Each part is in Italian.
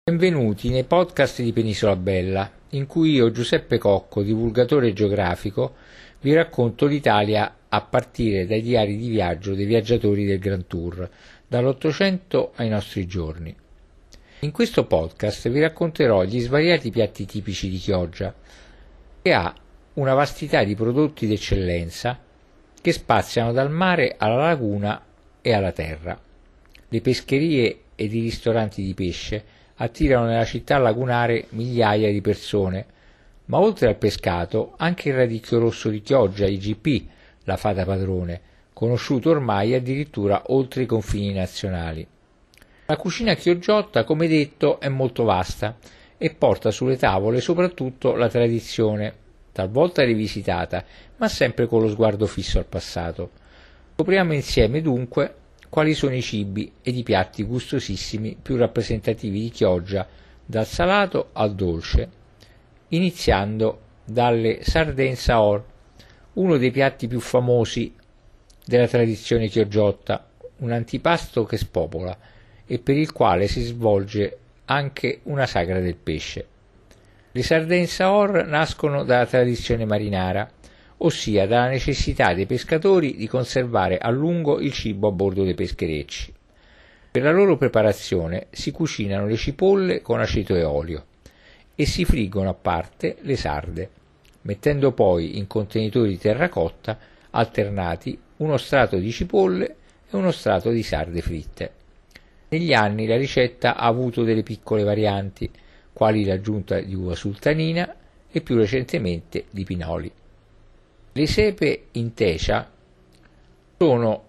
Benvenuti nei podcast di Penisola Bella, in cui io, Giuseppe Cocco, divulgatore geografico, vi racconto l'Italia a partire dai diari di viaggio dei viaggiatori del Grand Tour, dall'Ottocento ai nostri giorni. In questo podcast vi racconterò gli svariati piatti tipici di Chioggia, che ha una vastità di prodotti d'eccellenza che spaziano dal mare alla laguna e alla terra. Le pescherie ed i ristoranti di pesce attirano nella città lagunare migliaia di persone, ma oltre al pescato anche il radicchio rosso di Chioggia, IGP, la fata padrone, conosciuto ormai addirittura oltre i confini nazionali. La cucina chiogiotta, come detto, è molto vasta e porta sulle tavole soprattutto la tradizione, talvolta rivisitata, ma sempre con lo sguardo fisso al passato. Scopriamo insieme dunque quali sono i cibi ed i piatti gustosissimi più rappresentativi di Chioggia, dal salato al dolce, iniziando dalle sardine saor, uno dei piatti più famosi della tradizione chiogiotta, un antipasto che spopola e per il quale si svolge anche una sagra del pesce. Le sardine saor nascono dalla tradizione marinara, ossia dalla necessità dei pescatori di conservare a lungo il cibo a bordo dei pescherecci. Per la loro preparazione si cucinano le cipolle con aceto e olio e si friggono a parte le sarde, mettendo poi in contenitori di terracotta alternati uno strato di cipolle e uno strato di sarde fritte. Negli anni la ricetta ha avuto delle piccole varianti, quali l'aggiunta di uva sultanina e più recentemente di pinoli. Le sepe in tecia sono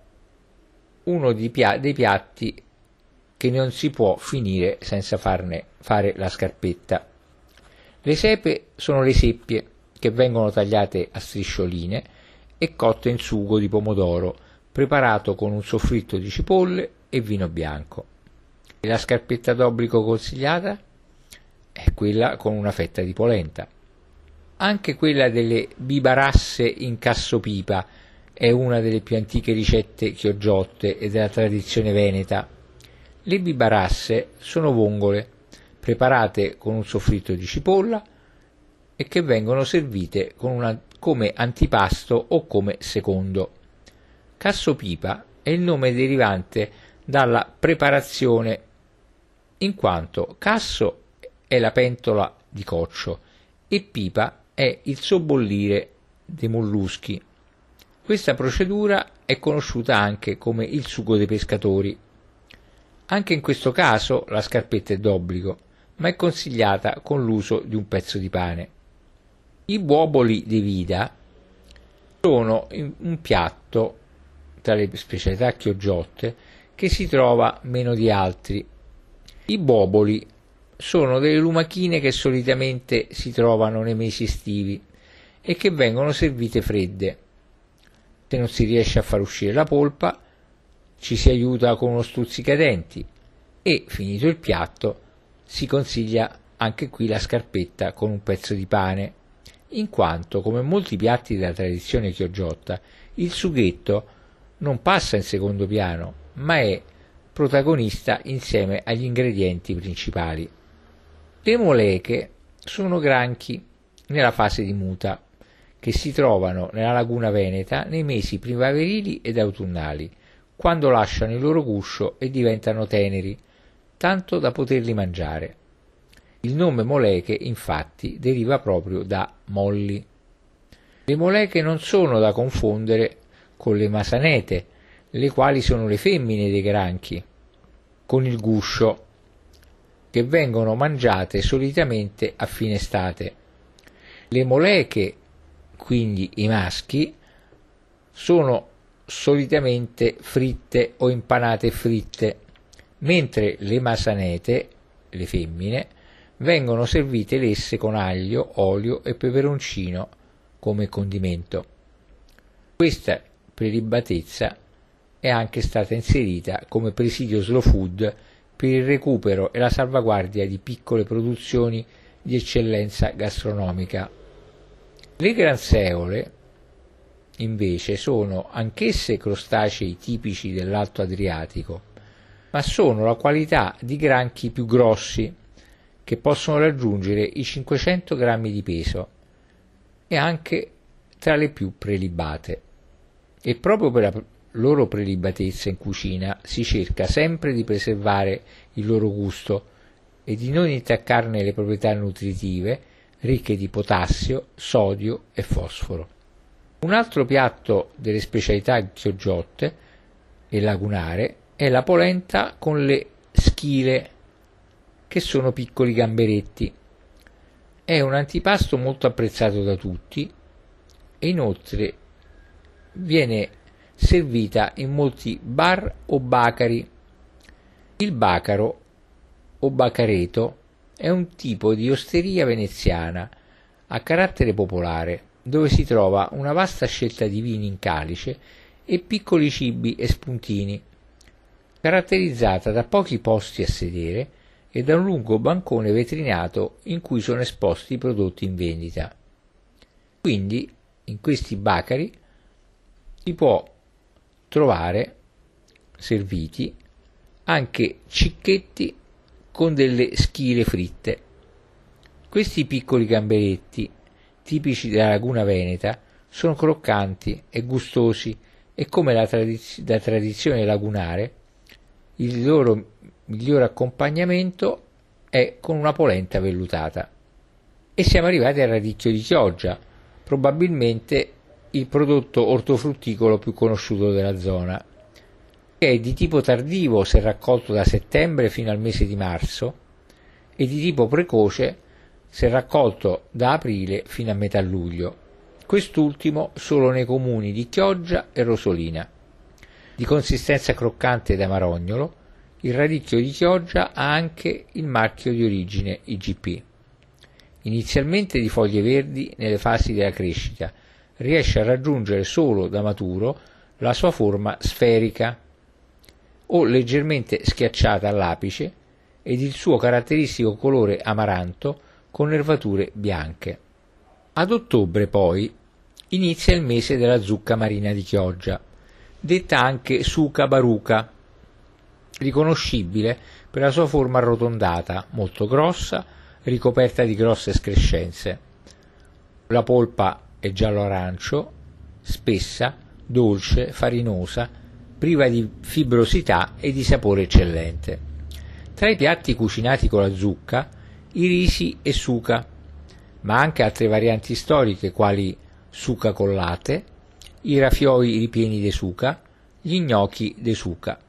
uno dei piatti che non si può finire senza fare la scarpetta. Le sepe sono le seppie che vengono tagliate a striscioline e cotte in sugo di pomodoro, preparato con un soffritto di cipolle e vino bianco. E la scarpetta d'obbligo consigliata è quella con una fetta di polenta. Anche quella delle bibarasse in cassopipa è una delle più antiche ricette chiogiotte e della tradizione veneta. Le bibarasse sono vongole preparate con un soffritto di cipolla e che vengono servite come antipasto o come secondo. Cassopipa è il nome derivante dalla preparazione, in quanto casso è la pentola di coccio e pipa è il sobbollire dei molluschi. Questa procedura è conosciuta anche come il sugo dei pescatori. Anche in questo caso la scarpetta è d'obbligo, ma è consigliata con l'uso di un pezzo di pane. I buoboli de vida sono un piatto tra le specialità chiogiotte che si trova meno di altri. I buoboli sono delle lumachine che solitamente si trovano nei mesi estivi e che vengono servite fredde. Se non si riesce a far uscire la polpa, ci si aiuta con uno stuzzicadenti e, finito il piatto, si consiglia anche qui la scarpetta con un pezzo di pane, in quanto, come molti piatti della tradizione chiogiotta, il sughetto non passa in secondo piano, ma è protagonista insieme agli ingredienti principali. Le moleche sono granchi nella fase di muta, che si trovano nella laguna veneta nei mesi primaverili ed autunnali, quando lasciano il loro guscio e diventano teneri, tanto da poterli mangiare. Il nome moleche, infatti, deriva proprio da molli. Le moleche non sono da confondere con le masanete, le quali sono le femmine dei granchi, con il guscio, che vengono mangiate solitamente a fine estate. Le moleche, quindi i maschi, sono solitamente fritte o impanate fritte, mentre le masanete, le femmine, vengono servite lesse con aglio, olio e peperoncino come condimento. Questa prelibatezza è anche stata inserita come presidio slow food per il recupero e la salvaguardia di piccole produzioni di eccellenza gastronomica. Le granseole, invece, sono anch'esse crostacei tipici dell'Alto Adriatico, ma sono la qualità di granchi più grossi, che possono raggiungere i 500 grammi di peso e anche tra le più prelibate. E proprio per la loro prelibatezza in cucina si cerca sempre di preservare il loro gusto e di non intaccarne le proprietà nutritive ricche di potassio, sodio e fosforo. Un altro piatto delle specialità chiogiotte e lagunare è la polenta con le schile, che sono piccoli gamberetti. È un antipasto molto apprezzato da tutti e inoltre viene servita in molti bar o bacari. Il bacaro o bacareto è un tipo di osteria veneziana a carattere popolare dove si trova una vasta scelta di vini in calice e piccoli cibi e spuntini, caratterizzata da pochi posti a sedere e da un lungo bancone vetrinato in cui sono esposti i prodotti in vendita. Quindi in questi bacari si può trovare serviti anche cicchetti con delle schile fritte. Questi piccoli gamberetti, tipici della laguna veneta, sono croccanti e gustosi e come la tradizione lagunare, il loro migliore accompagnamento è con una polenta vellutata. E siamo arrivati al radicchio di Chioggia, probabilmente il prodotto ortofrutticolo più conosciuto della zona, che è di tipo tardivo se raccolto da settembre fino al mese di marzo e di tipo precoce se raccolto da aprile fino a metà luglio, quest'ultimo solo nei comuni di Chioggia e Rosolina. Di consistenza croccante da marognolo, il radicchio di Chioggia ha anche il marchio di origine IGP. Inizialmente di foglie verdi nelle fasi della crescita, riesce a raggiungere solo da maturo la sua forma sferica o leggermente schiacciata all'apice ed il suo caratteristico colore amaranto con nervature bianche. Ad ottobre poi inizia il mese della zucca marina di Chioggia, detta anche suca baruca, riconoscibile per la sua forma arrotondata, molto grossa, ricoperta di grosse escrescenze. La polpa è giallo-arancio, spessa, dolce, farinosa, priva di fibrosità e di sapore eccellente. Tra i piatti cucinati con la zucca, i risi e suca, ma anche altre varianti storiche quali suca con latte, i rafioi ripieni di suca, gli gnocchi de suca.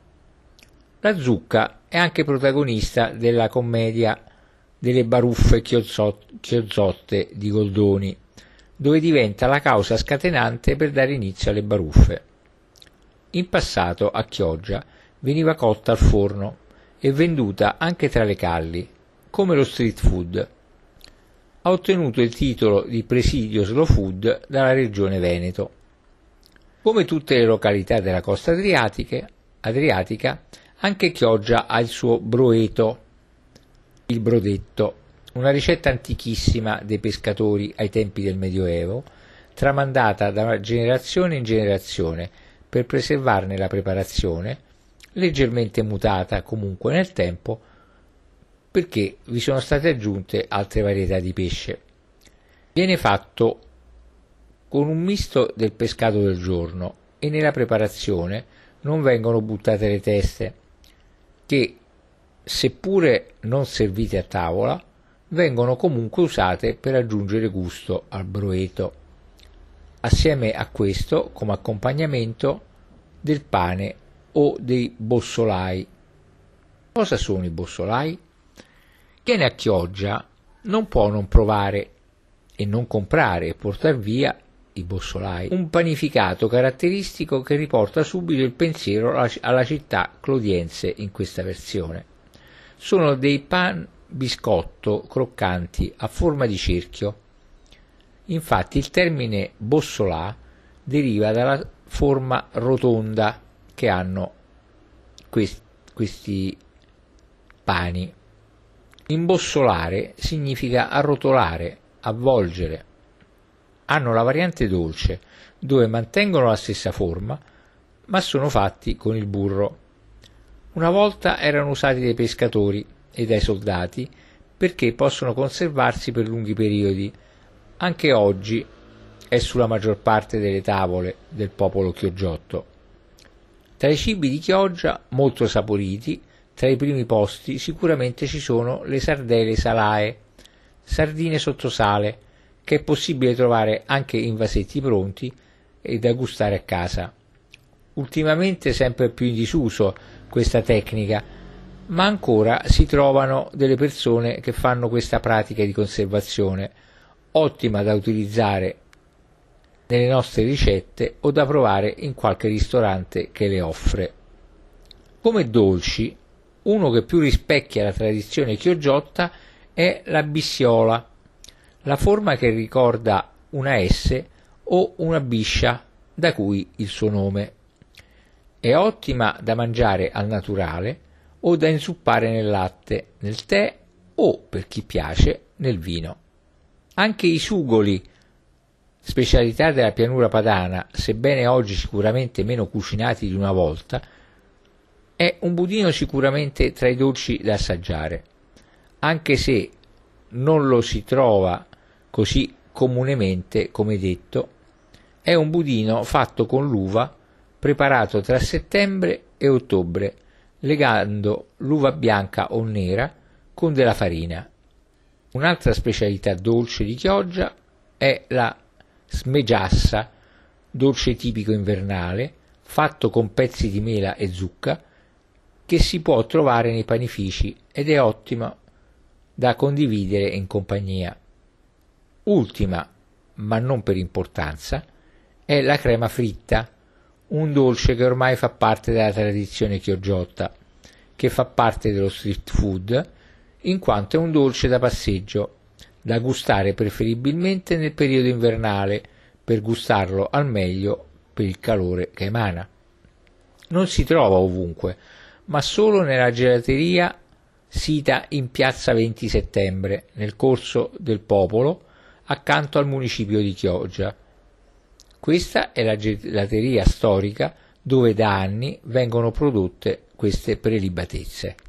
La zucca è anche protagonista della commedia delle baruffe chiozzotte di Goldoni, dove diventa la causa scatenante per dare inizio alle baruffe. In passato a Chioggia veniva cotta al forno e venduta anche tra le calli, come lo street food. Ha ottenuto il titolo di presidio slow food dalla regione Veneto. Come tutte le località della costa adriatica, anche Chioggia ha il suo broeto, il brodetto, una ricetta antichissima dei pescatori ai tempi del Medioevo, tramandata da generazione in generazione per preservarne la preparazione, leggermente mutata comunque nel tempo perché vi sono state aggiunte altre varietà di pesce. Viene fatto con un misto del pescato del giorno e nella preparazione non vengono buttate le teste, che, seppure non servite a tavola, vengono comunque usate per aggiungere gusto al broeto. Assieme a questo, come accompagnamento, del pane o dei bossolai. Cosa sono i bossolai? Chi viene a Chioggia non può non provare e non comprare e portar via i bossolai, un panificato caratteristico che riporta subito il pensiero alla città clodiense in questa versione. Sono dei pan biscotto croccanti a forma di cerchio. Infatti il termine bossolà deriva dalla forma rotonda che hanno questi pani. Imbossolare significa arrotolare, avvolgere. Hanno la variante dolce, dove mantengono la stessa forma, ma sono fatti con il burro. Una volta erano usati dai pescatori e dai soldati perché possono conservarsi per lunghi periodi. Anche oggi è sulla maggior parte delle tavole del popolo chioggiotto. Tra i cibi di Chioggia, molto saporiti, tra i primi posti sicuramente ci sono le sardele salae, sardine sotto sale, che è possibile trovare anche in vasetti pronti e da gustare a casa. Ultimamente sempre più in disuso questa tecnica, ma ancora si trovano delle persone che fanno questa pratica di conservazione, ottima da utilizzare nelle nostre ricette o da provare in qualche ristorante che le offre. Come dolci, uno che più rispecchia la tradizione chiogiotta è la bissiola, la forma che ricorda una S o una biscia, da cui il suo nome. È ottima da mangiare al naturale o da inzuppare nel latte, nel tè o, per chi piace, nel vino. Anche i sugoli, specialità della pianura padana, sebbene oggi sicuramente meno cucinati di una volta, è un budino sicuramente tra i dolci da assaggiare, anche se non lo si trova così comunemente come detto. È un budino fatto con l'uva, preparato tra settembre e ottobre, legando l'uva bianca o nera con della farina. Un'altra specialità dolce di Chioggia è la smegiassa, dolce tipico invernale, fatto con pezzi di mela e zucca, che si può trovare nei panifici ed è ottimo da condividere in compagnia. Ultima, ma non per importanza, è la crema fritta, un dolce che ormai fa parte della tradizione chiogiotta, che fa parte dello street food, in quanto è un dolce da passeggio, da gustare preferibilmente nel periodo invernale, per gustarlo al meglio per il calore che emana. Non si trova ovunque, ma solo nella gelateria sita in piazza 20 settembre, nel Corso del Popolo, accanto al municipio di Chioggia. Questa è la gelateria storica dove da anni vengono prodotte queste prelibatezze.